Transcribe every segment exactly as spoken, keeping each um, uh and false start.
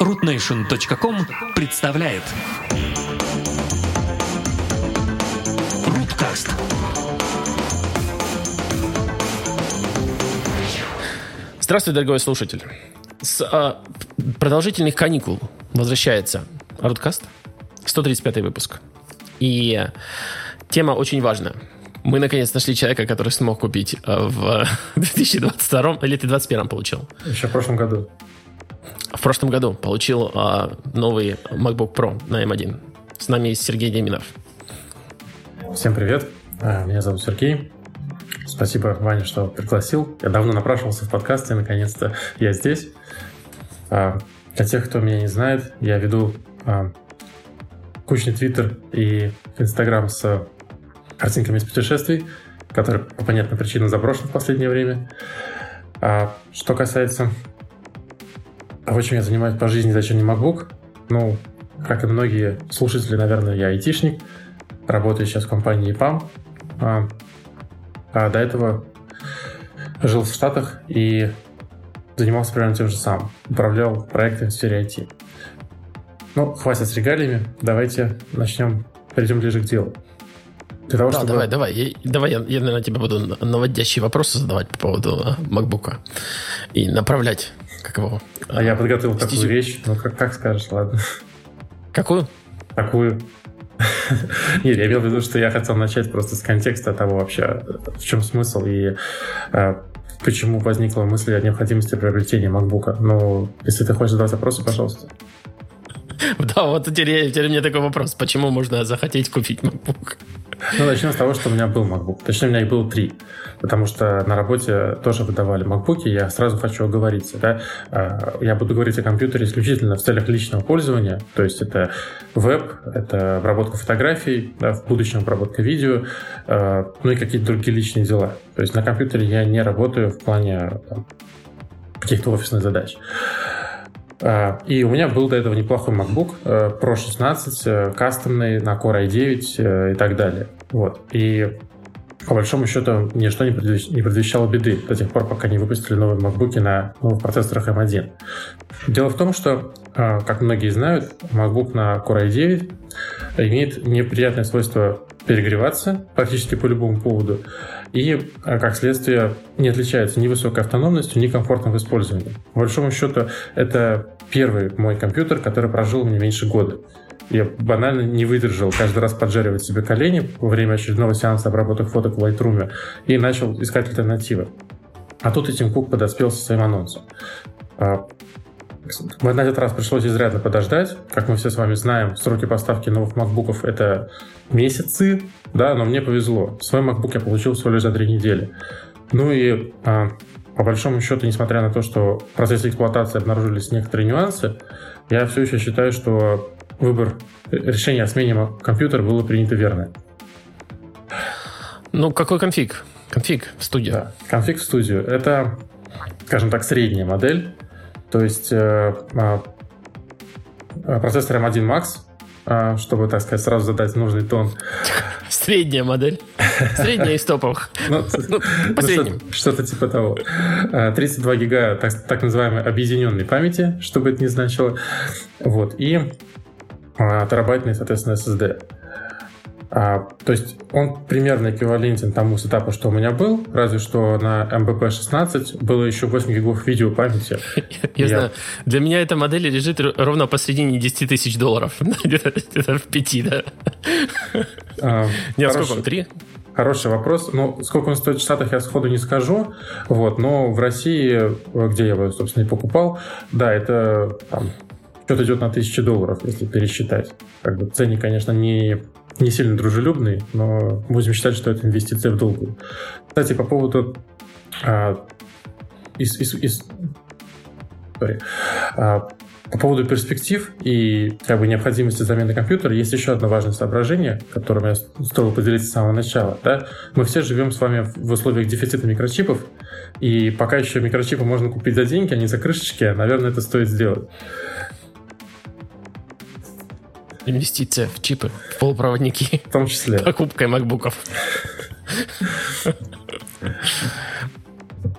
рутнейшн точка ком представляет Руткаст. Здравствуй, дорогой слушатель. С а, продолжительных каникул возвращается Руткаст, сто тридцать пятый выпуск. И тема очень важная. Мы, наконец, нашли человека, который смог купить в две тысячи двадцать втором, или ты в двадцать первом получил? Еще в прошлом году. В прошлом году получил а, новый MacBook Pro на эм один. С нами есть Сергей Деминов. Всем привет. Меня зовут Сергей. Спасибо, Ваня, что пригласил. Я давно напрашивался в подкасте, наконец-то я здесь. Для тех, кто меня не знает, я веду кучный Твиттер и Инстаграм с картинками из путешествий, который по понятным причинам заброшен в последнее время. Что касается того, чем я занимаюсь по жизни, зачем не MacBook, ну, как и многие слушатели, наверное, я айтишник, работаю сейчас в компании ИПАМ, а, а до этого жил в Штатах и занимался примерно тем же самым, управлял проектами в сфере ай ти. Ну, хватит с регалиями, давайте начнем, перейдем ближе к делу. Для того, да, чтобы... давай, давай, я, давай я, я, наверное, тебе буду наводящие вопросы задавать по поводу MacBook и направлять, как его... А я подготовил стезю. такую вещь, ну, как, как скажешь, ладно. Какую? Такую. Нет, я имел в виду, что я хотел начать просто с контекста того вообще, в чем смысл и э, почему возникла мысль о необходимости приобретения MacBook. Ну, если ты хочешь задать вопросы, пожалуйста. Да, вот теперь, теперь мне такой вопрос. Почему можно захотеть купить MacBook? Ну, начнем с того, что у меня был MacBook. Точнее, у меня их было три. Потому что на работе тоже выдавали MacBook, я сразу хочу оговориться. Да? Я буду говорить о компьютере исключительно в целях личного пользования. То есть это веб, это обработка фотографий, да, в будущем обработка видео, ну и какие-то другие личные дела. То есть на компьютере я не работаю в плане там, каких-то офисных задач. И у меня был до этого неплохой MacBook Pro шестнадцать, кастомный, на Core ай девять и так далее. Вот. И по большому счету ничто не предвещало беды до тех пор, пока не выпустили новые MacBook на новых процессорах эм один. Дело в том, что, как многие знают, MacBook на Core ай девять имеет неприятное свойство перегреваться практически по любому поводу и, как следствие, не отличается ни высокой автономностью, ни комфортом в использовании. По большому счету, это первый мой компьютер, который прожил мне меньше года. Я банально не выдержал каждый раз поджаривать себе колени во время очередного сеанса обработок фоток в Lightroom и начал искать альтернативы. А тут и Тим Кук подоспел со своим анонсом. На этот раз пришлось изрядно подождать. Как мы все с вами знаем, сроки поставки новых MacBook'ов — это месяцы, да, но мне повезло. Свой MacBook я получил всего лишь за три недели. Ну и а, по большому счету, несмотря на то, что в процессе эксплуатации обнаружились некоторые нюансы, я все еще считаю, что выбор решения о смене компьютера было принято верно. Ну, какой конфиг? Конфиг в студию. Да, конфиг в студию. Это, скажем так, средняя модель. То есть э, э, процессор эм один Max, э, чтобы, так сказать, сразу задать нужный тон. Средняя модель. Средняя из топовых. Ну, по средним. Что-то типа того. тридцать два гига так называемой объединенной памяти, что бы это ни значило. Вот. И терабайтный, соответственно, эс эс ди. А, то есть он примерно эквивалентен тому сетапу, что у меня был, разве что на эм би пи шестнадцать было еще восемь гигов видео памяти. Я, я знаю. Для меня эта модель лежит ровно посредине десять тысяч долларов. Где-то в пяти, да? А, Нет, сколько он? Три? Хороший вопрос. Ну, сколько он стоит в Штатах, я сходу не скажу. Вот, но в России, где я его, собственно, и покупал, да, это там, что-то идет на тысячи долларов, если пересчитать. Как бы ценник, конечно, не... не сильно дружелюбный, но будем считать, что это инвестиция в долгую. Кстати, по поводу а, из, из, из, sorry, а, по поводу перспектив и как бы необходимости замены компьютера есть еще одно важное соображение, которым я стоило поделиться с самого начала. Да? Мы все живем с вами в условиях дефицита микрочипов, и пока еще микрочипы можно купить за деньги, а не за крышечки, наверное, это стоит сделать. Инвестиция в чипы, в полупроводники. В том числе. Покупкой макбуков.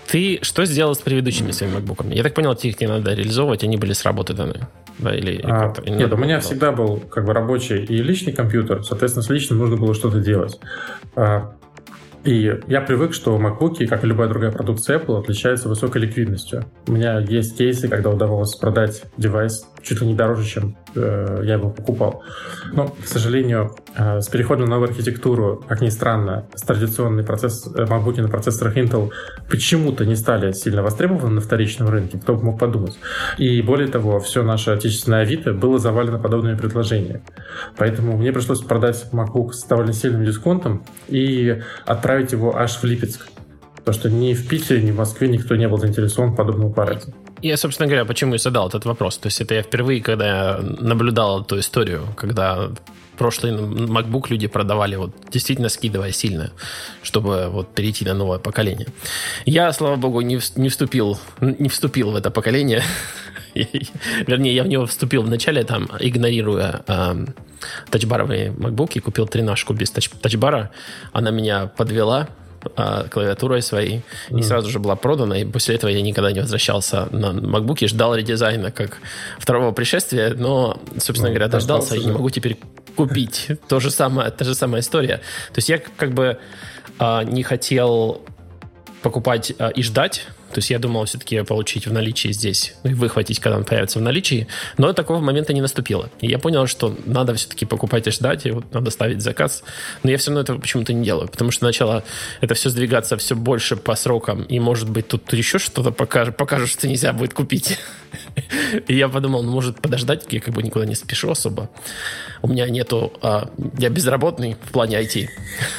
Ты что сделал с предыдущими своими макбуками? Я так понял, их не надо реализовывать, они были с работы даны. Да, или, а, или нет, у меня было? Всегда был как бы рабочий и личный компьютер, соответственно, с личным нужно было что-то делать. А, и я привык, что MacBook, как и любая другая продукция Apple, отличается высокой ликвидностью. У меня есть кейсы, когда удавалось продать девайс чуть ли не дороже, чем э, я его покупал. Но, к сожалению, э, с переходом на новую архитектуру, как ни странно, с традиционный процесс э, MacBook на процессорах Intel почему-то не стали сильно востребованы на вторичном рынке. Кто бы мог подумать. И более того, все наше отечественное Авито было завалено подобными предложениями. Поэтому мне пришлось продать MacBook с довольно сильным дисконтом и отправить его аж в Липецк. Потому что ни в Питере, ни в Москве никто не был заинтересован в подобном аппарате. Я, собственно говоря, почему и задал этот вопрос. То есть это я впервые, когда я наблюдал эту историю, когда прошлый MacBook люди продавали, вот действительно скидывая сильно, чтобы вот перейти на новое поколение. Я, слава богу, не, не, вступил, не вступил в это поколение. Вернее, я в него вступил вначале, там, игнорируя э, тачбаровые MacBook'и, купил тринашку без тач, тачбара. Она меня подвела клавиатурой своей, mm. и сразу же была продана, и после этого я никогда не возвращался на MacBook, ждал редизайна как второго пришествия, но, собственно mm, говоря, дождался, и не могу теперь купить. То же самое, та же самая история. То есть я как бы а, не хотел покупать а, и ждать. То есть я думал все-таки получить в наличии здесь, и выхватить, когда он появится в наличии, но такого момента не наступило. И я понял, что надо все-таки покупать и ждать, и вот надо ставить заказ. Но я все равно этого почему-то не делаю, потому что начало это все сдвигаться все больше по срокам, и, может быть, тут еще что-то покажет, покажет, что нельзя будет купить. И я подумал, ну, может, подождать, я как бы никуда не спешу особо. У меня нету... А, я безработный в плане ай ти.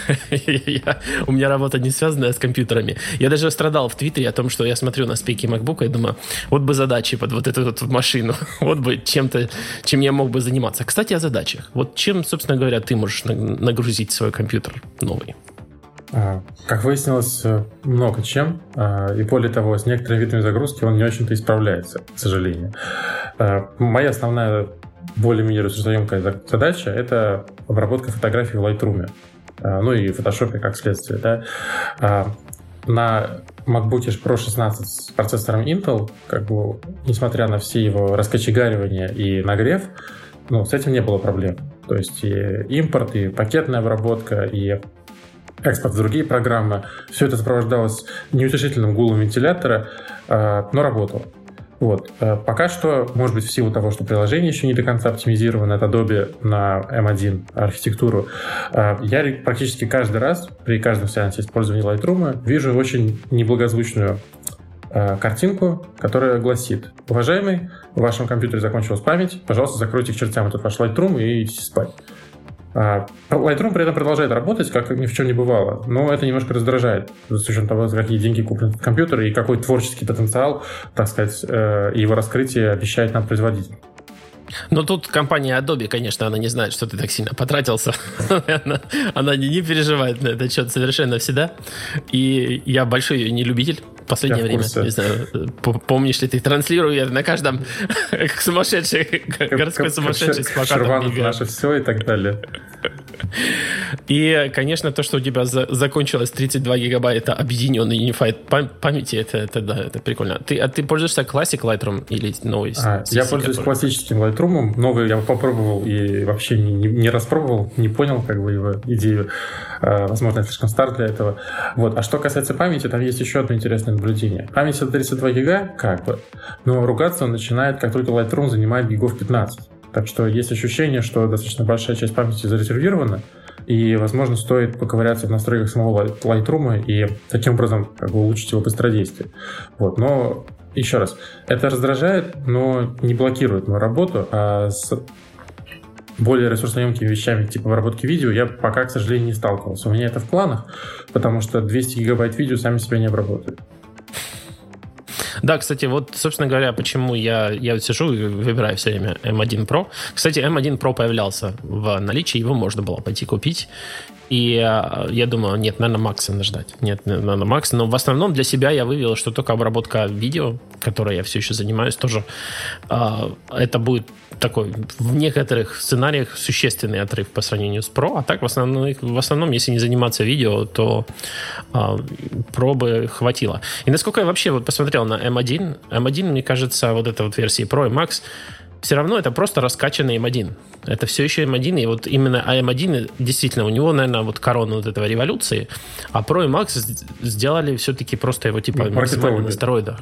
я, у меня работа не связанная с компьютерами. Я даже страдал в Твиттере о том, что я смотрю на спеки MacBook и думаю, вот бы задачи под вот эту вот машину. Вот бы чем-то, чем я мог бы заниматься. Кстати, о задачах. Вот чем, собственно говоря, ты можешь нагрузить свой компьютер новый? Как выяснилось, много чем. И более того, с некоторыми видами загрузки он не очень-то исправляется, к сожалению. Моя основная более-менее ресурсоемкая задача — это обработка фотографий в Lightroom. Ну и в Photoshop как следствие. Да? На MacBook Pro шестнадцать с процессором Intel, как бы, несмотря на все его раскочегаривания и нагрев, ну, с этим не было проблем. То есть и импорт, и пакетная обработка, и экспорт в другие программы. Все это сопровождалось неутешительным гулом вентилятора, но работало. Вот. Пока что, может быть, в силу того, что приложение еще не до конца оптимизировано от Adobe на эм один архитектуру, я практически каждый раз при каждом сеансе использования Lightroom вижу очень неблагозвучную картинку, которая гласит: уважаемый, в вашем компьютере закончилась память, пожалуйста, закройте к чертям этот ваш Lightroom и идите спать. Lightroom при этом продолжает работать, как ни в чем не бывало, но это немножко раздражает, с учетом того, за какие деньги куплен этот компьютер и какой творческий потенциал, так сказать, и его раскрытие обещает нам производитель. Но тут компания Adobe, конечно, она не знает, что ты так сильно потратился. она, она не, не переживает на этот счет совершенно всегда. И я большой ее не любитель в последнее время. Не знаю, помнишь ли ты, транслирую я на каждом как сумасшедший, как, городской как, сумасшедший как с плакатом. Наше все и так далее. И, конечно, то, что у тебя за, закончилось тридцать два гигабайта объединенной Unified пам- памяти, это, это, да, это прикольно. Ты, а ты пользуешься Classic Lightroom или новый? А, я пользуюсь который... классическим Lightroom. Новый я попробовал и вообще не, не, не распробовал, не понял как бы его идею. А, возможно, я слишком стар для этого. Вот. А что касается памяти, там есть еще одно интересное наблюдение. Память это тридцать два гига, как бы, но ругаться он начинает, как только Lightroom занимает гигов пятнадцать. Так что есть ощущение, что достаточно большая часть памяти зарезервирована, и, возможно, стоит поковыряться в настройках самого Lightroom и таким образом как бы улучшить его быстродействие. Вот. Но, еще раз, это раздражает, но не блокирует мою работу, а с более ресурсоемкими вещами типа обработки видео я пока, к сожалению, не сталкивался. У меня это в планах, потому что двести гигабайт видео сами себя не обработают. Да, кстати, вот, собственно говоря, почему я, я вот сижу и выбираю все время эм один Pro. Кстати, эм один Pro появлялся в наличии, его можно было пойти купить. И я думаю, нет, наверное, Макса надо ждать. Нет, наверное, Макса. Но в основном для себя я вывел, что только обработка видео, которой я все еще занимаюсь, тоже это будет такой в некоторых сценариях существенный отрыв по сравнению с Pro. А так в основном, в основном если не заниматься видео, то Pro бы хватило. И насколько я вообще вот посмотрел на эм один, эм один, мне кажется, вот эта вот версия Pro и Max, все равно это просто раскачанный эм один. Это все еще эм один, и вот именно эм один, действительно, у него, наверное, вот корона вот этого революции, а Pro и Max сделали все-таки просто его типа ну, максимально на стероидах.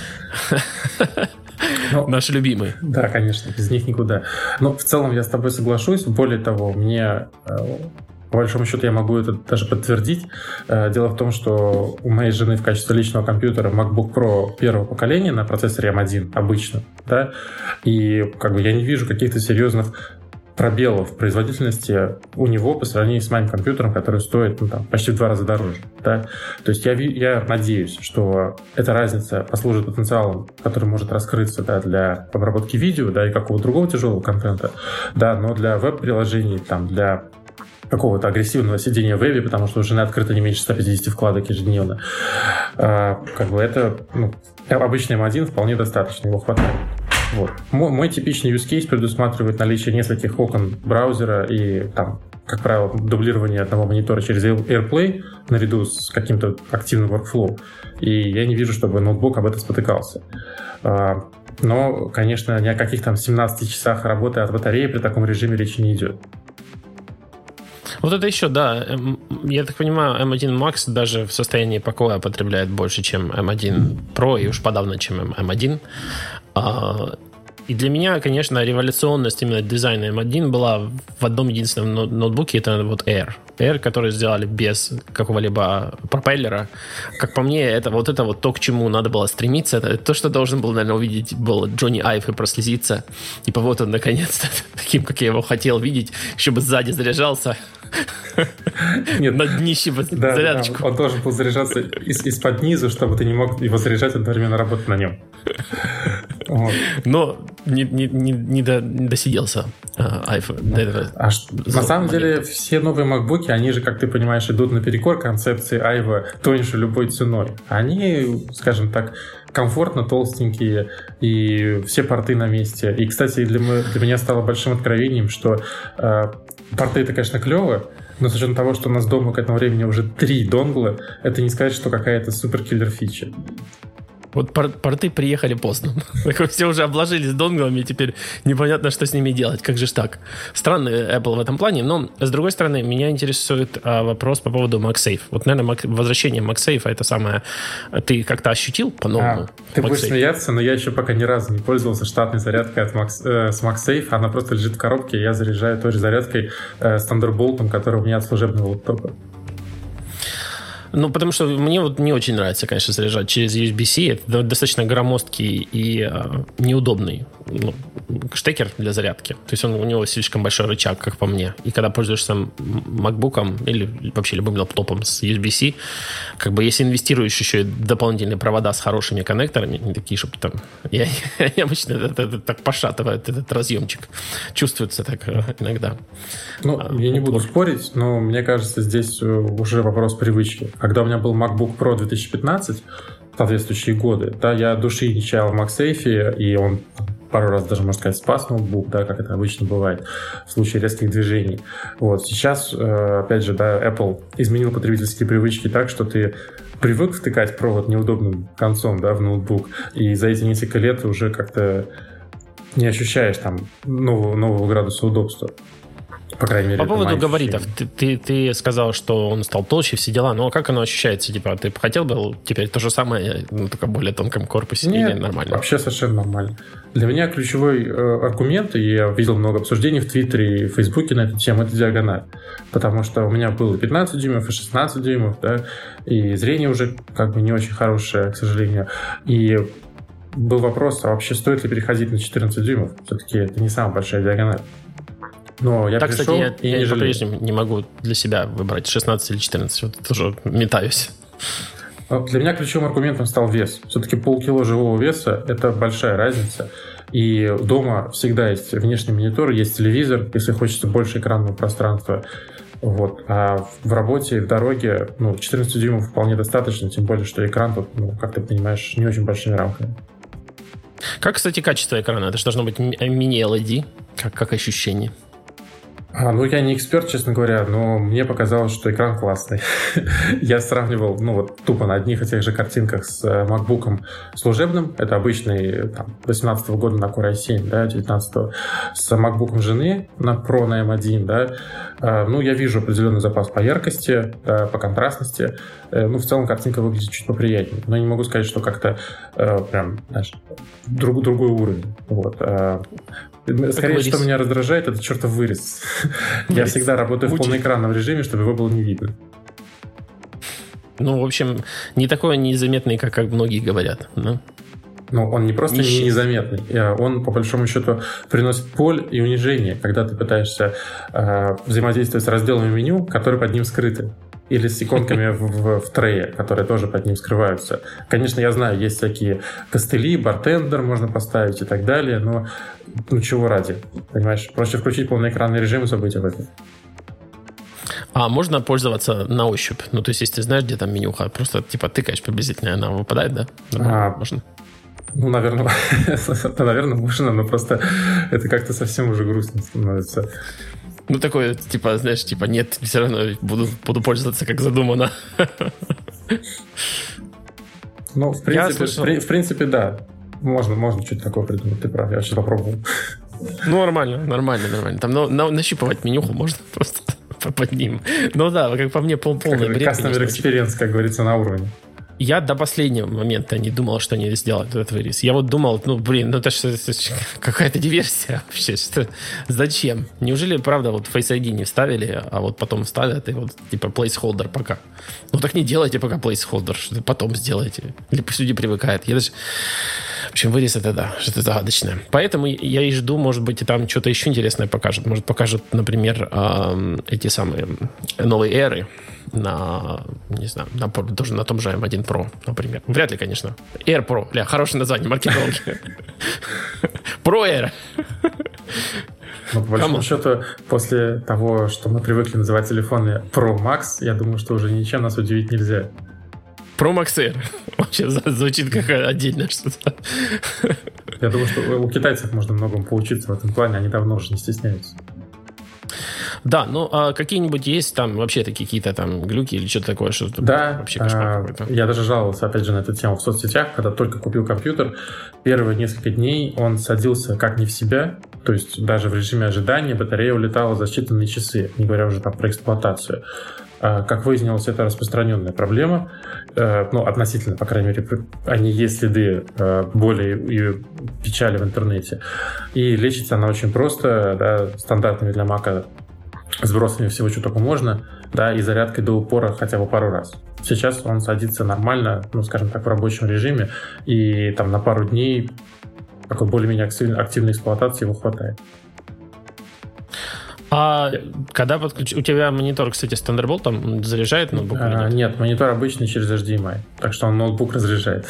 Ну, наши любимые. Да, конечно, без них никуда. Но в целом я с тобой соглашусь. Более того, мне... По большому счету я могу это даже подтвердить. Дело в том, что у моей жены в качестве личного компьютера MacBook Pro первого поколения на процессоре эм один обычно, да, и как бы я не вижу каких-то серьезных пробелов в производительности у него по сравнению с моим компьютером, который стоит ну, там, почти в два раза дороже. Да? То есть я, я надеюсь, что эта разница послужит потенциалом, который может раскрыться да, для обработки видео да, и какого-то другого тяжелого контента, да, но для веб-приложений, там, для какого-то агрессивного сидения в вебе, потому что у жены открыто не меньше ста пятидесяти вкладок ежедневно. А, как бы это ну, обычный эм один вполне достаточно, его хватает. Вот. Мой, мой типичный use case предусматривает наличие нескольких окон браузера и, там, как правило, дублирование одного монитора через AirPlay наряду с каким-то активным workflow. И я не вижу, чтобы ноутбук об этом спотыкался. Но, конечно, ни о каких там семнадцати часах работы от батареи при таком режиме речи не идет. Вот это еще, да. Я так понимаю, эм один Max даже в состоянии покоя потребляет больше, чем эм один Pro, и уж подавно, чем эм один. И для меня, конечно, революционность именно дизайна эм один была в одном единственном ноутбуке, это вот Air. Air, который сделали без какого-либо пропеллера. Как по мне, это вот это вот то, к чему надо было стремиться. Это то, что должен был, наверное, увидеть был Джонни Айв и прослезиться. Типа вот он, наконец-то, таким, как я его хотел видеть, чтобы сзади заряжался. Нет, на днище да, зарядочку. Да, он должен был заряжаться из, из-под низу, чтобы ты не мог его заряжать, одновременно работать на нем. Вот. Но не, не, не, не, до, не досиделся iPhone. А на самом деле все новые MacBook, они же, как ты понимаешь, идут наперекор концепции Айва тоньше любой ценой. Они, скажем так, комфортно толстенькие, и все порты на месте. И, кстати, для, мы, для меня стало большим откровением, что э, порты это, конечно, клево, но с учетом того, что у нас дома к этому времени уже три донгла, это не сказать, что какая-то супер-киллер фича. Вот порты приехали поздно. Все уже обложились донглами, теперь непонятно, что с ними делать. Как же ж так? Странный Apple в этом плане. Но, с другой стороны, меня интересует а, вопрос по поводу MagSafe. Вот, наверное, Mac, возвращение MagSafe это самое... Ты как-то ощутил по-новому? А, ты будешь смеяться, но я еще пока ни разу не пользовался штатной зарядкой от Max, э, с MagSafe. Она просто лежит в коробке, и я заряжаю той же зарядкой э, с Thunderbolt, который у меня от служебного лэптопа. Ну, потому что мне вот не очень нравится, конечно, заряжать через ю эс би-C. Это достаточно громоздкий и э, неудобный ну, штекер для зарядки. То есть он, у него слишком большой рычаг, как по мне. И когда пользуешься MacBook'ом или вообще любым лэптопом с ю эс би-C, как бы если инвестируешь еще и дополнительные провода с хорошими коннекторами, не такие, чтобы там... Я, я обычно это, это, так пошатывает этот разъемчик. Чувствуется так иногда. Ну, а, я не буду спорить, но мне кажется, здесь уже вопрос привычки. Когда у меня был MacBook Pro две тысячи пятнадцать, соответствующие годы, да, я души не чаял в MagSafe, и он пару раз даже, можно сказать, спас ноутбук, да, как это обычно бывает в случае резких движений. Вот. Сейчас, опять же, да, Apple изменил потребительские привычки так, что ты привык втыкать провод неудобным концом, да, в ноутбук, и за эти несколько лет уже как-то не ощущаешь там нового, нового градуса удобства. По крайней мере, по поводу габаритов, ты, ты, ты сказал, что он стал толще, все дела, но как оно ощущается? Типа, ты хотел бы теперь то же самое, ну, только в более тонком корпусе? Нет, или нормально? Вообще совершенно нормально. Для меня ключевой э, аргумент, и я видел много обсуждений в Твиттере и в Фейсбуке на эту тему, это диагональ. Потому что у меня было пятнадцать дюймов и шестнадцать дюймов, да, и зрение уже как бы не очень хорошее, к сожалению. И был вопрос, а вообще стоит ли переходить на четырнадцать дюймов? Все-таки это не самая большая диагональ. Но я так, пришел, кстати, я, и я по-прежнему не могу для себя выбрать шестнадцать или четырнадцать. Вот тоже метаюсь. Для меня ключевым аргументом стал вес. Все-таки полкило живого веса – это большая разница. И дома всегда есть внешний монитор, есть телевизор, если хочется больше экранного пространства. Вот. А в работе и в дороге ну, четырнадцать дюймов вполне достаточно, тем более, что экран тут, ну, как ты понимаешь, не очень большими рамками. Как, кстати, качество экрана? Это же должно быть мини-эл и ди, как, как ощущение. А, ну, я не эксперт, честно говоря, но мне показалось, что экран классный. Я сравнивал, ну, вот тупо на одних и тех же картинках с MacBook'ом служебным. Это обычный, там, восемнадцатого года на Core ай семь, да, девятнадцатого. С MacBook'ом жены на Pro, на эм один, да. А, ну, я вижу определенный запас по яркости, да, по контрастности. Ну, в целом картинка выглядит чуть поприятнее. Но не могу сказать, что как-то э, прям, знаешь, друг, другой уровень. Вот. А, скорее, вырез. что меня раздражает, это чертов вырез. Я всегда работаю в полноэкранном режиме, чтобы его было не видно. Ну, в общем, не такой незаметный, как, как многие говорят. Но... Ну, он не просто не незаметный, он, по большому счету, приносит боль и унижение, когда ты пытаешься э, взаимодействовать с разделами меню, которые под ним скрыты. Или с иконками в, в, в трее, которые тоже под ним скрываются. Конечно, я знаю, есть всякие костыли, бартендер можно поставить и так далее, но ну чего ради, понимаешь? Проще включить полноэкранный режим и забыть об этом. А можно пользоваться на ощупь? Ну, то есть, если ты знаешь, где там менюха, просто типа тыкаешь приблизительно, она выпадает, да? А, можно? Ну, наверное, наверное, можно, но просто это как-то совсем уже грустно становится. Ну, такое, типа, знаешь, типа, нет, все равно буду, буду пользоваться, как задумано. Ну, в принципе, в, в принципе, да. Можно, можно что-то такое придумать, ты прав, я сейчас попробовал. Ну, нормально, нормально, нормально. Там на, на, нащипывать менюху можно просто под ним. Ну да, как по мне, пол, полный бред. Customer experience, как говорится, на уровне. Я до последнего момента не думал, что они сделают этот вырез. Я вот думал, ну, блин, ну это же какая-то диверсия вообще. Что, зачем? Неужели, правда, вот Face ай ди не вставили, а вот потом вставят и вот типа placeholder пока? Ну так не делайте пока placeholder, что потом сделайте. Или пусть люди привыкают. Я даже... В общем, вырез это, да, что-то загадочное. Поэтому я и жду, может быть, и там что-то еще интересное покажут. Может, покажут, например, эти самые новые эры на, не знаю, на, тоже на том же эм один Pro, например. Вряд ли, конечно. Air Pro. Бля, хорошее название, маркетолог. Pro Air. Ну, по большому счету, после того, что мы привыкли называть телефоны Pro Max, я думаю, что уже ничем нас удивить нельзя. Pro Max Air. Вообще звучит как отдельное что-то. Я думаю, что у китайцев можно многому поучиться в этом плане. Они давно уже не стесняются. Да, ну а какие-нибудь есть там вообще такие какие-то там глюки или что-то такое, что да, вообще кошмар какой-то? Я даже жаловался, опять же, на эту тему в соцсетях, когда только купил компьютер. Первые несколько дней он садился как не в себя, то есть даже в режиме ожидания батарея улетала за считанные часы, не говоря уже там про эксплуатацию. Как выяснилось, это распространенная проблема, ну, относительно, по крайней мере, а не есть следы боли и печали в интернете. И лечится она очень просто, да, стандартными для Mac сбросами всего, что только можно, да, и зарядкой до упора хотя бы пару раз. Сейчас он садится нормально, ну, скажем так, в рабочем режиме, и там на пару дней такой более-менее активной эксплуатации его хватает. А когда подключ... у тебя монитор, кстати, с Thunderbolt там заряжает ноутбук? А, нет? нет, монитор обычный через эйч ди эм ай, так что он ноутбук разряжает.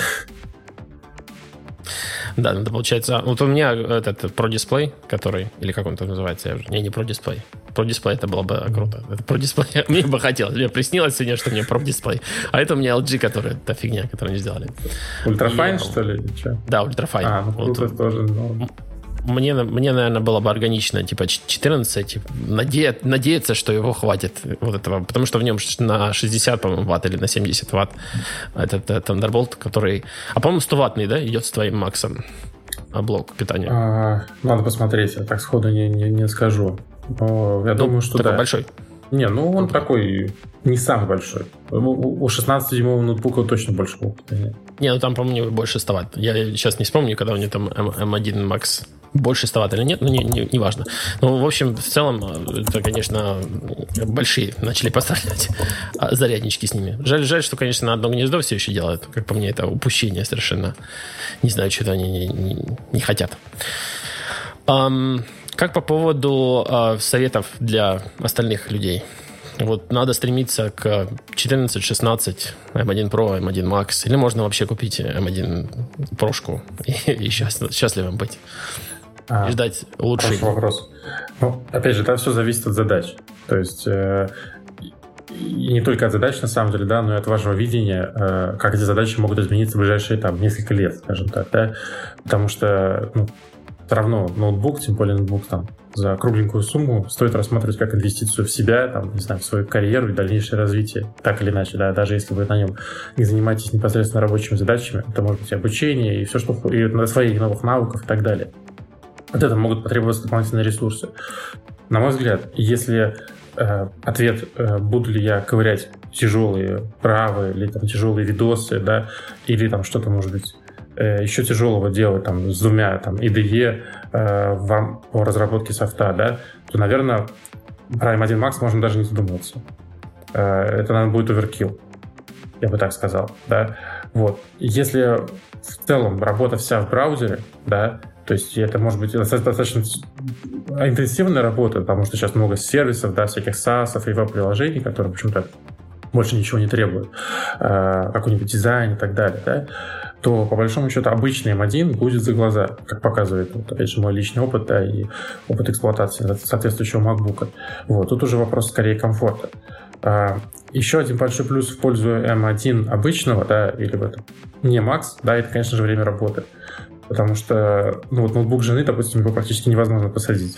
Да, это получается... Вот у меня этот Pro Display, который... Или как он там называется? Я уже... Не, не Pro Display. Pro Display это было бы круто. Это Pro Display. Мне бы хотелось. Мне приснилось сегодня, что у меня Pro Display. А это у меня эл джи, который... Та фигня, которую они сделали. Ультрафайн, И... что ли? Что? Да, ультрафайн. А, ну круто вот. Тоже. Но... Мне, мне, наверное, было бы органично, типа, четырнадцать, наде... надеяться, что его хватит вот этого, потому что в нем на шестьдесят, по-моему, ватт или на семьдесят ватт этот, этот Thunderbolt, который... А, по-моему, сто ваттный, да, идет с твоим Максом блок питания? А, надо посмотреть, я так сходу не, не, не скажу. Но я ну, думаю, что такой да. большой? Не, ну он такой не самый большой. У шестнадцатидюймового ноутбука точно больше опыта нет. Не, ну там, по-моему, больше сто ватт. Я сейчас не вспомню, когда у него там эм один Max больше сто ватт или нет, но не, не, не важно. Ну, в общем, в целом, это, конечно, большие начали поставлять заряднички с ними. Жаль, жаль, что, конечно, на одно гнездо все еще делают. Как по мне, это упущение совершенно. Не знаю, что-то они не, не, не хотят. Um, как по поводу uh, советов для остальных людей? Вот надо стремиться к четырнадцать, шестнадцать, эм один Pro, эм один Max. Или можно вообще купить эм один Прошку и, и счастлив, счастливым быть. а, и ждать улучшений? Хороший вопрос. Ну, опять же, это все зависит от задач. То есть э, и не только от задач, на самом деле, да, но и от вашего видения, э, как эти задачи могут измениться в ближайшие там, несколько лет, скажем так, да, потому что ну, все равно ноутбук, тем более ноутбук там за кругленькую сумму стоит рассматривать как инвестицию в себя, там, не знаю, в свою карьеру и дальнейшее развитие, так или иначе, да, даже если вы на нем не занимаетесь непосредственно рабочими задачами, это может быть обучение и все, что и на своих новых навыков и так далее. От этого могут потребоваться дополнительные ресурсы. На мой взгляд, если э, ответ, э, буду ли я ковырять тяжелые правы или там тяжелые видосы, да, или там что-то, может быть, э, еще тяжелого делать там с двумя там ай ди и э, в, по разработке софта, да, то, наверное, про эм один Max можно даже не задумываться. Э, это, наверное, будет оверкилл, я бы так сказал, да. Вот. Если в целом работа вся в браузере, да, то есть это может быть достаточно интенсивная работа, потому что сейчас много сервисов, да, всяких сасов и веб-приложений, которые, в общем-то, больше ничего не требуют, э, какой-нибудь дизайн и так далее, да, то, по большому счету, обычный эм один будет за глаза, как показывает, вот, опять же, мой личный опыт, да, и опыт эксплуатации соответствующего MacBook. Вот, тут уже вопрос скорее комфорта. А, еще один большой плюс в пользу эм один обычного, да, или в этом не Max, да, это, конечно же, время работы. Потому что, ну, вот ноутбук жены, допустим, его практически невозможно посадить.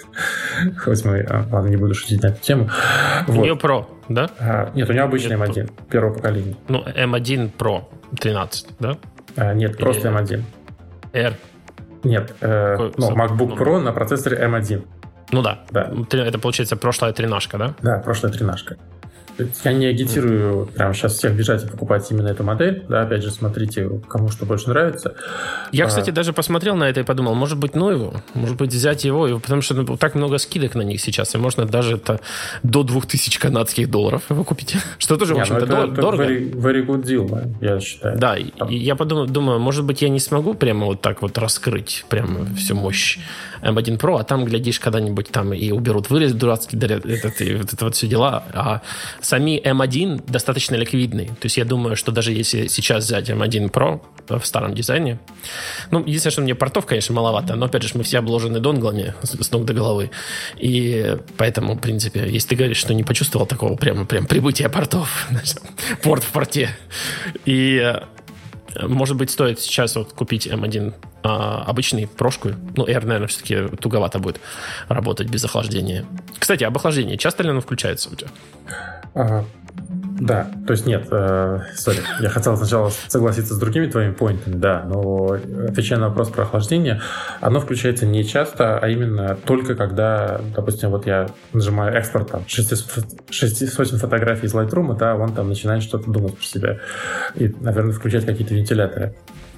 Хоть мы, ладно, не буду шутить на эту тему. У нее Pro, да? А, нет, у нее обычный эм один, первого поколения. Ну, эм один Pro тринадцать, да? А, нет, Или... просто эм один. R? Нет, э, ну, MacBook Pro на процессоре эм один. Ну да. да. Это, получается, прошлая тринашка, да? Да, прошлая тринашка. Я не агитирую прямо сейчас всех бежать и покупать именно эту модель. Да, опять же, смотрите, кому что больше нравится. Я, кстати, а... даже посмотрел на это и подумал, может быть, ну его, может быть, взять его, потому что ну, так много скидок на них сейчас, и можно даже это до двух тысяч канадских долларов его купить. Что тоже, не, в общем-то, это, дор- это дорого. Very, very good deal, man, я считаю. Да, и я подумал, думаю, может быть, я не смогу прямо вот так вот раскрыть прямо всю мощь эм один Pro, а там, глядишь, когда-нибудь там и уберут вырез дурацкий, этот, и вот это вот все дела. А сами эм один достаточно ликвидный. То есть я думаю, что даже если сейчас взять эм один Pro в старом дизайне, ну, единственное, что мне портов, конечно, маловато, но, опять же, мы все обложены донглами с ног до головы. И поэтому, в принципе, если ты говоришь, что не почувствовал такого прямо прям прибытия портов, порт в порте, и может быть, стоит сейчас вот купить эм один а, обычный, прошку. Ну, Air, наверное, все-таки туговато будет работать без охлаждения. Кстати, об охлаждении. Часто ли оно включается у тебя? А, да, то есть нет, э, сори, я хотел сначала согласиться с другими твоими поинтами, да, но отвечая на вопрос про охлаждение, оно включается не часто, а именно только когда, допустим, вот я нажимаю экспорт там шестьсот фотографий из Lightroom, да, он там начинает что-то думать про себя и, наверное, включать какие-то вентиляторы.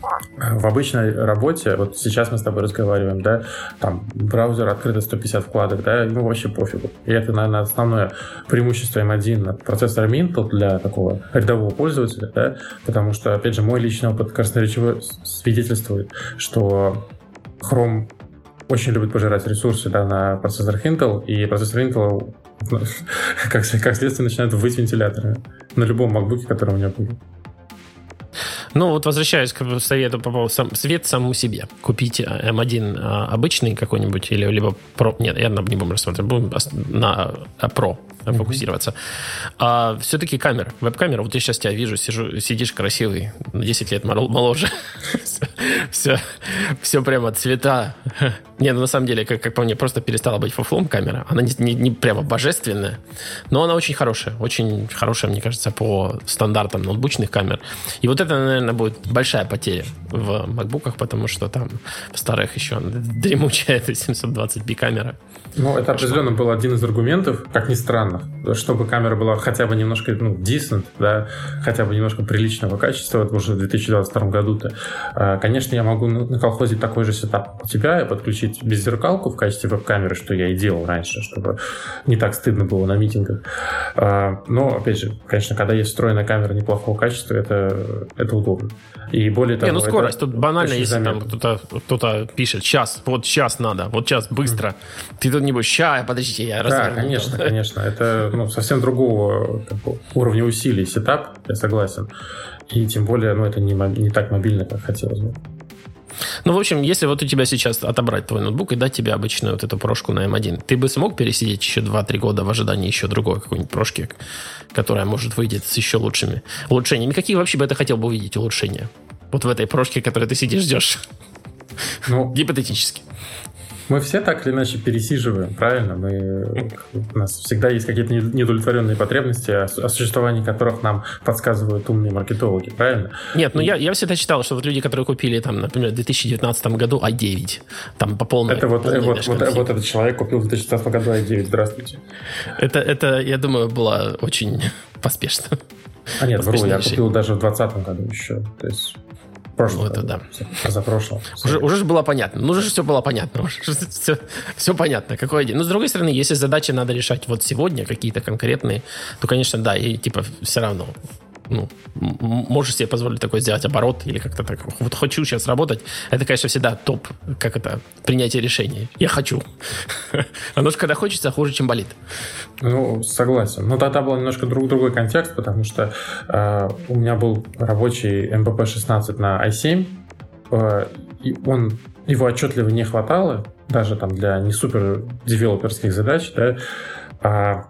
В обычной работе, вот сейчас мы с тобой разговариваем, да, там браузер открыто сто пятьдесят вкладок, да, ему вообще пофигу. И это, наверное, основное преимущество эм один над процессором Intel для такого рядового пользователя, да, потому что, опять же, мой личный опыт красноречиво свидетельствует, что Chrome очень любит пожирать ресурсы, да, на процессорах Intel, и процессор Intel, как, как следствие, начинает выть вентиляторами на любом MacBook, который у меня будет. Ну, вот возвращаясь к совету по поводу сам, свет самому себе. Купите эм один а, обычный какой-нибудь, или либо Pro. Нет, я не будем рассматривать, будем на а, Pro mm-hmm. фокусироваться. А, все-таки камера, веб-камера. Вот я сейчас тебя вижу, сижу, сидишь красивый, на десять лет моложе. Все, все прямо цвета. Не, ну на самом деле, как, как по мне, просто перестала быть фуфлом камера. Она не, не, не прямо божественная, но она очень хорошая. Очень хорошая, мне кажется, по стандартам ноутбучных камер. И вот это, наверное, будет большая потеря в макбуках, потому что там в старых еще дремучая семьсот двадцать пи камера. Ну, это определенно был один из аргументов, как ни странно, чтобы камера была хотя бы немножко, ну, decent, да, хотя бы немножко приличного качества, это уже в две тысячи двадцать втором году-то. Конечно, я могу наколхозить такой же сетап у тебя и подключить беззеркалку в качестве веб-камеры, что я и делал раньше, чтобы не так стыдно было на митингах. Но, опять же, конечно, когда есть встроенная камера неплохого качества, это, это удобно. И более того... Не, ну скорость, тут банально, если заметно. Там кто-то, кто-то пишет, сейчас, вот сейчас надо, вот сейчас, быстро. Mm-hmm. Ты тут не будешь, ща, подождите, я разверну. Да, конечно, конечно. Это ну, совсем другого как бы, уровня усилий сетап, я согласен. И тем более, ну, это не, не так мобильно, как хотелось бы. Ну, в общем, если вот у тебя сейчас отобрать твой ноутбук и дать тебе обычную вот эту прошку на эм один, ты бы смог пересидеть еще два-три года в ожидании еще другой какой-нибудь прошки, которая, может, выйдет с еще лучшими улучшениями? Какие вообще бы ты хотел бы увидеть улучшения? Вот в этой прошке, которой ты сидишь, ждешь. Ну, гипотетически. Мы все так или иначе пересиживаем, правильно? Мы, у нас всегда есть какие-то недовлетворенные потребности, о, о существовании которых нам подсказывают умные маркетологи, правильно? Нет, ну я, я всегда читал, что вот люди, которые купили, там, например, в две тысячи девятнадцатом году ай девять, там по полной... Это вот, полной вот, вот, вот этот человек купил в две тысячи девятнадцатом году ай девять, здравствуйте. Это, это, я думаю, было очень поспешно. А нет, вру, я купил даже в двадцатом году еще, то есть... Прошлое, ну, это да. За прошлое. Уже, уже же было понятно. Ну, уже же все было понятно. Уже все, все понятно. Какой день. Но, с другой стороны, если задачи надо решать вот сегодня, какие-то конкретные, то, конечно, да, и типа все равно... Ну, можешь себе позволить такой сделать оборот или как-то так. Вот хочу сейчас работать. Это, конечно, всегда топ. Как это? Принятие решений. Я хочу. Оно же когда хочется, хуже, чем болит. Ну, согласен. Но тогда был немножко друг, другой контекст, потому что э, у меня был рабочий эм пэ пэ шестнадцать на ай семь, э, и он, его отчетливо не хватало, даже там для не супер девелоперских задач, да, а,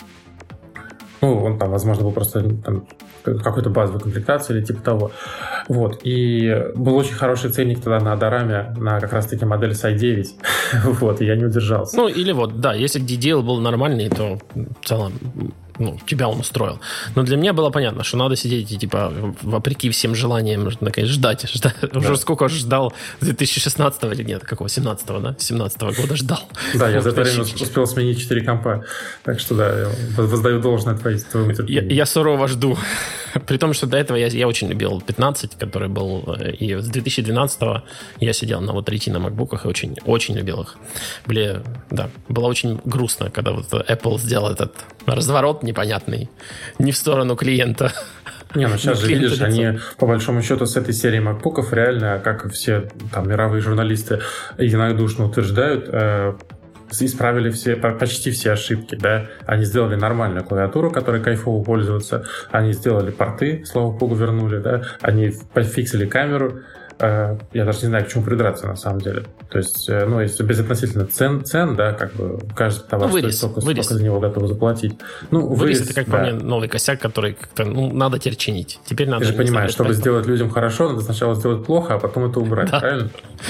ну, он там, возможно, был просто там, какой-то базовой комплектации или типа того. Вот. И был очень хороший ценник тогда на Адораме, на как раз-таки модель эс ай девять. Вот, и я не удержался. Ну, или вот, да, если ди ди эл был нормальный, то в целом, ну, тебя он устроил. Но для меня было понятно, что надо сидеть и, типа, вопреки всем желаниям, наконец, ждать. ждать. Да. Уже сколько же ждал с две тысячи шестнадцатого или нет, какого, семнадцатого, да? семнадцатого года ждал. Да, я за это время успел сменить четыре компа. Так что, да, я воздаю должное твоему терпению. Я, я сурово жду. При том, что до этого я, я очень любил пятнадцать, который был... И с две тысячи двенадцатого я сидел на вот Retina макбуках и очень, очень любил их. Были, да, было очень грустно, когда вот Apple сделал этот разворот непонятный не в сторону клиента. Не, ну сейчас же, видишь, лицо. Они по большому счету с этой серией макбуков реально, как все там мировые журналисты единодушно утверждают, э, исправили все, почти все ошибки, да. Они сделали нормальную клавиатуру, которой кайфово пользоваться. Они сделали порты, слава богу, вернули, да. Они пофиксили камеру. Я даже не знаю, к чему придраться на самом деле. То есть, ну, если безотносительно цен, цен, да, как бы каждый товар ну, вырез, стоит столько, вырез. сколько за него готовы заплатить. Ну, вырез, вырез это, как да. по мне, новый косяк, который как-то, ну, надо теперь чинить. Теперь надо... Ты же понимаешь, чтобы сделать людям хорошо, надо сначала сделать плохо, а потом это убрать, да. правильно?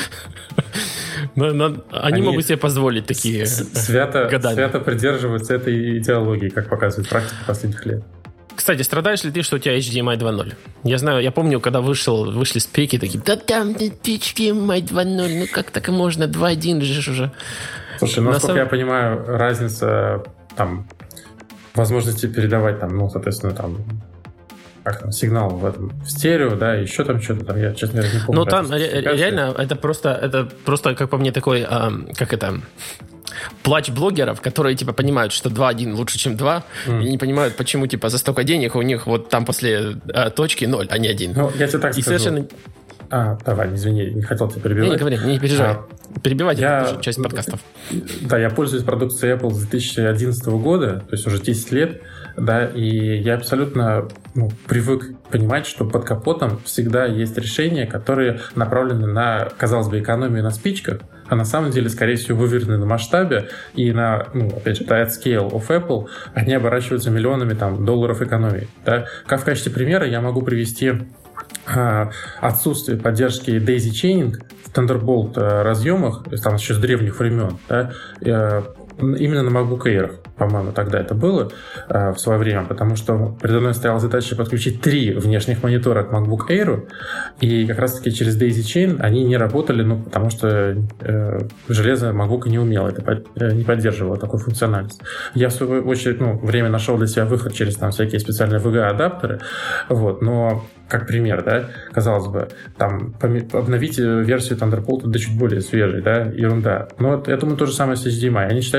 Но, но они, они могут себе позволить такие свято, свято придерживаются этой идеологии, как показывает практика последних лет. Кстати, страдаешь ли ты, что у тебя эйч ди эм ай два ноль? Я знаю, я помню, когда вышел, вышли спеки, такие, да там эйч ди эм ай два ноль, ну как так можно, два один же уже. Слушай, ну, насколько самом... я понимаю, разница там возможности передавать там, ну, соответственно, там как там, сигнал в этом в стерео, да, еще там что-то там, я, честно говоря, не помню. Ну, там ре- реально, это просто, это просто, как по мне, такой, а, как это... плач блогеров, которые, типа, понимают, что два один лучше, чем два, mm. и не понимают, почему, типа, за столько денег у них вот там после а, точки ноль, а не один. Ну, я тебе так и скажу. Совершенно... А, давай, извини, не хотел тебя перебивать. Не, не говори, не переживай. А, Перебивать я... это тоже часть подкастов. Да, я пользуюсь продукцией Apple с две тысячи одиннадцатого года, то есть уже десять лет, да, и я абсолютно ну, привык понимать, что под капотом всегда есть решения, которые направлены на, казалось бы, экономию на спичках, а на самом деле, скорее всего, выверены на масштабе и на, ну, опять же, at scale of Apple, они оборачиваются миллионами там, долларов экономии. Да? Как в качестве примера я могу привести э, отсутствие поддержки daisy chaining в Thunderbolt э, разъемах, там еще с древних времен, да, э, именно на MacBook Air, по-моему, тогда это было э, в свое время, потому что передо мной стояла задача подключить три внешних монитора к MacBook Air, и как раз-таки через Daisy Chain они не работали, ну, потому что э, железо MacBook не умело, это под, э, не поддерживало такую функциональность. Я, в свою очередь, ну, время нашел для себя выход через там всякие специальные ви джи эй-адаптеры, вот, но как пример, да, казалось бы, там обновить версию Thunderbolt до чуть более свежей, да, ерунда. Но я думаю, то же самое с эйч ди эм ай. Они считают,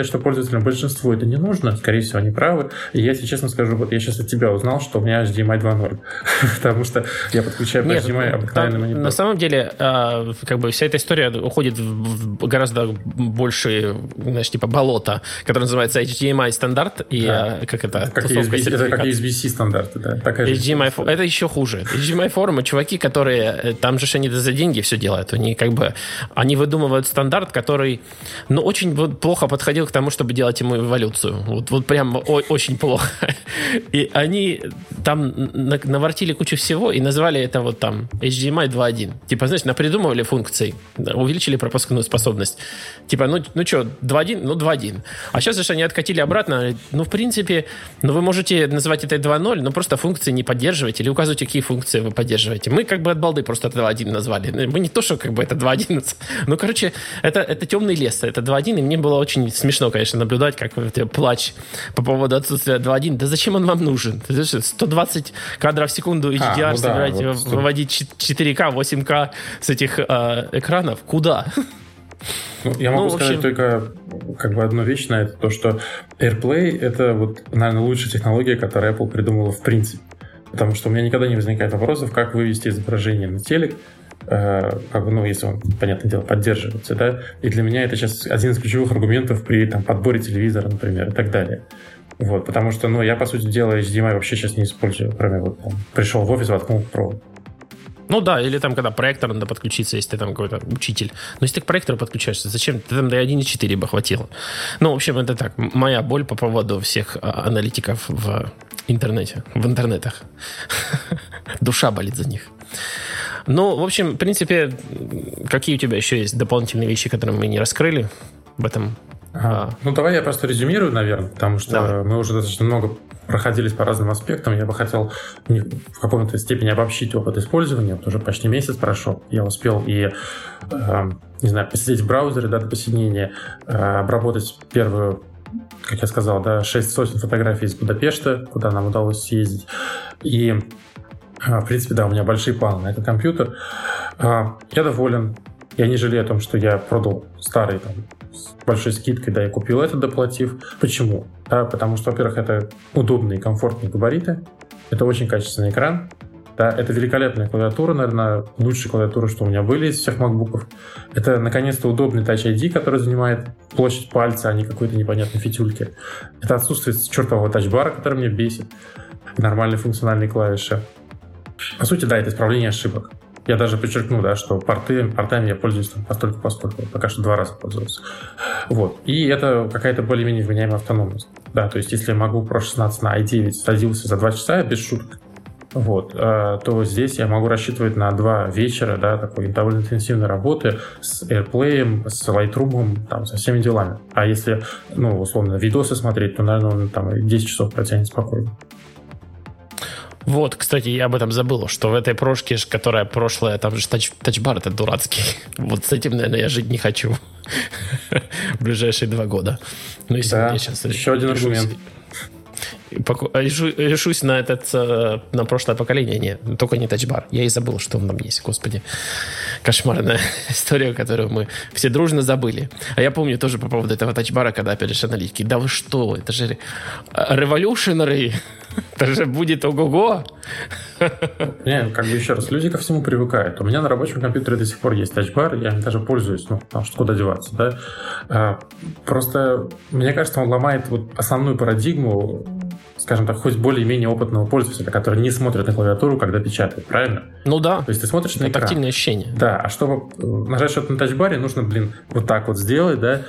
считаю, что пользователям большинству это не нужно, скорее всего, они правы. И я, если честно скажу, вот я сейчас от тебя узнал, что у меня эйч ди эм ай два ноль, потому что я подключаю по эйч ди эм ай обыкновенный монитор. На самом деле, как бы вся эта история уходит в гораздо больше, знаешь, типа болото, которое называется эйч ди эм ай стандарт, и как это? Как ю эс би-C стандарты, да. эйч ди эм ай, это еще хуже. эйч ди эм ай форумы, чуваки, которые, там же они за деньги все делают, они как бы, они выдумывают стандарт, который, ну, очень плохо подходил к тому, чтобы делать ему эволюцию. Вот, вот прям о- очень плохо. И они там навортили кучу всего и назвали это вот там эйч ди эм ай два один. Типа, знаешь, напридумывали функций, увеличили пропускную способность. Типа, ну, ну что, два один? Ну, два один. А сейчас же они откатили обратно. Ну, в принципе, ну, вы можете называть это два ноль, но просто функции не поддерживаете или указывайте, какие функции вы поддерживаете. Мы как бы от балды просто два один назвали. Мы не то, что как бы это два один. Ну, короче, это, это темный лес. Это два один, и мне было очень смешно, конечно, наблюдать, как плач по поводу отсутствия два один. Да зачем он вам нужен? сто двадцать кадров в секунду эйч ди ар а, ну собираете, да, вот выводить четыре ка, восемь ка с этих э, экранов? Куда? Ну, я могу ну, сказать общем... только как бы одну вещь на это, то, что AirPlay — это, вот, наверное, лучшая технология, которую Apple придумала в принципе. Потому что у меня никогда не возникает вопросов, как вывести изображение на телек, э, как бы, ну, если он, понятное дело, поддерживается, да. И для меня это сейчас один из ключевых аргументов при там, подборе телевизора, например, и так далее. Вот, потому что, ну, я, по сути дела, эйч ди эм ай вообще сейчас не использую, кроме вот там, пришел в офис, воткнул провод. Ну да, или там, когда проектор надо подключиться, если ты там какой-то учитель. Но если ты к проектору подключаешься, зачем? Ты там до один и четыре бы хватило. Ну, в общем, это так, моя боль по поводу всех аналитиков в интернете, в интернетах. Душа болит за них. Ну, в общем, в принципе, какие у тебя еще есть дополнительные вещи, которые мы не раскрыли в этом? А, ну, давай я просто резюмирую, наверное, потому что давай. Мы уже достаточно много проходились по разным аспектам. Я бы хотел в какой-то степени обобщить опыт использования. Вот уже почти месяц прошел. Я успел и, э, не знаю, посидеть в браузере, да, до посинения, э, обработать первую, как я сказал, да, шесть сотен фотографий из Будапешта, куда нам удалось съездить. И, э, в принципе, да, у меня большие планы на этот компьютер. Э, я доволен. Я не жалею о том, что я продал старый там, с большой скидкой, да, и купил этот, доплатив. Почему? Да, потому что, во-первых, это удобные, комфортные габариты, это очень качественный экран, да, это великолепная клавиатура, наверное, лучшая клавиатура, что у меня были из всех макбуков. Это, наконец-то, удобный Touch ай ди, который занимает площадь пальца, а не какой-то непонятной фитюльки. Это отсутствие чертового тачбара, который меня бесит, нормальные функциональные клавиши. По сути, да, это исправление ошибок. Я даже подчеркну, да, что порты, портами я пользуюсь там постольку поскольку. Пока что два раза пользовался. Вот. И это какая-то более-менее вменяемая автономность. Да, то есть если MacBook Pro шестнадцать на ай девять садился за два часа, без шуток, вот, то здесь я могу рассчитывать на два вечера, да, такой довольно интенсивной работы с AirPlay, с Lightroom, там, со всеми делами. А если, ну, условно, видосы смотреть, то, наверное, он там десять часов протянет спокойно. Вот, кстати, я об этом забыл, что в этой прошке, которая прошлая, там же тач, тачбар этот дурацкий. Вот с этим, наверное, я жить не хочу в ближайшие два года. Ну, если да, я сейчас еще один аргумент. Решу, решусь на этот, на прошлое поколение, нет, только не тачбар. Я и забыл, что он там есть, господи. Кошмарная история, которую мы все дружно забыли. А я помню тоже по поводу этого тачбара, когда, опять же, аналитики, да вы что, это же революшенеры, это же будет ого-го. Не, как бы еще раз, люди ко всему привыкают. У меня на рабочем компьютере до сих пор есть тачбар, я им даже пользуюсь, ну, потому что куда деваться, да. А, просто, мне кажется, он ломает вот основную парадигму, скажем так, хоть более-менее опытного пользователя, который не смотрит на клавиатуру, когда печатает, правильно? Ну да. То есть ты смотришь на экран. Тактильное ощущение. Да, а чтобы нажать что-то на тачбаре, нужно, блин, вот так вот сделать, да,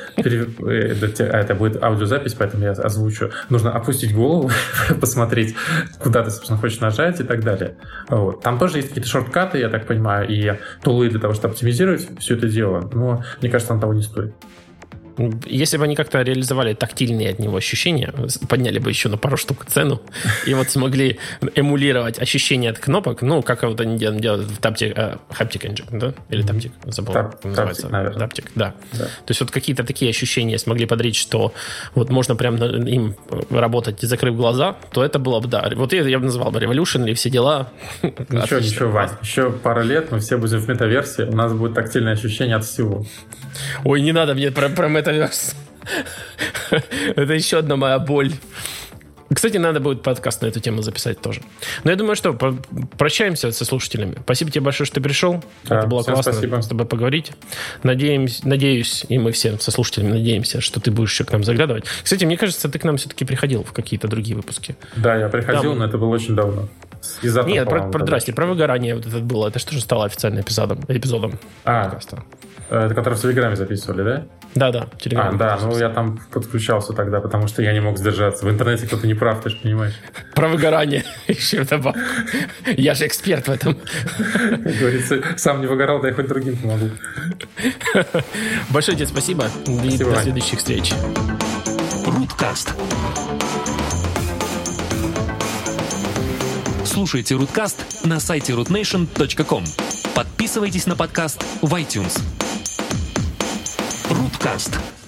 это будет аудиозапись, поэтому я озвучу. Нужно опустить голову, посмотреть, куда ты, собственно, хочешь нажать и так далее. Вот. Там тоже есть какие-то шорткаты, я так понимаю, и тулы для того, чтобы оптимизировать все это дело, но мне кажется, он того не стоит. Если бы они как-то реализовали тактильные от него ощущения, подняли бы еще на пару штук цену, и вот смогли эмулировать ощущения от кнопок, ну, как вот они делают в Taptic, uh, Haptic Engine, да? Или Taptic, забыл, Tap, как называется. Taptic, Taptic, да. да. То есть вот какие-то такие ощущения смогли подарить, что вот можно прям им работать, закрыв глаза, то это было бы, да. Вот я, я бы назвал бы Revolution или все дела. Ничего, ничего, Вань, еще пара лет, мы все будем в метаверсии, у нас будет тактильное ощущение от всего. Ой, не надо мне про, про метаверс. Это еще одна моя боль. Кстати, надо будет подкаст на эту тему записать тоже. Но я думаю, что прощаемся со слушателями. Спасибо тебе большое, что ты пришел. Да, это было классно спасибо. С тобой поговорить. Надеемся, надеюсь, и мы все со слушателями надеемся, что ты будешь еще к нам заглядывать. Кстати, мне кажется, ты к нам все-таки приходил в какие-то другие выпуски. Да, я приходил, да, но это было очень давно. Из-за Нет, про, про, здрасте, про выгорание вот это было. Это что же стало официальным эпизодом, эпизодом а, подкаста. Это который в Телеграме записывали, да? Да, да, Телеграм. А, да, ну я там подключался тогда, потому что я не мог сдержаться. В интернете кто-то не прав, ты же понимаешь. Про выгорание еще добавил. Я же эксперт в этом. Как говорится, сам не выгорал, да я хоть другим помогу. Большое тебе спасибо. И до следующих встреч. Руткаст. Слушайте Руткаст на сайте рут нейшн точка ком. Подписывайтесь на подкаст в iTunes. Руткаст.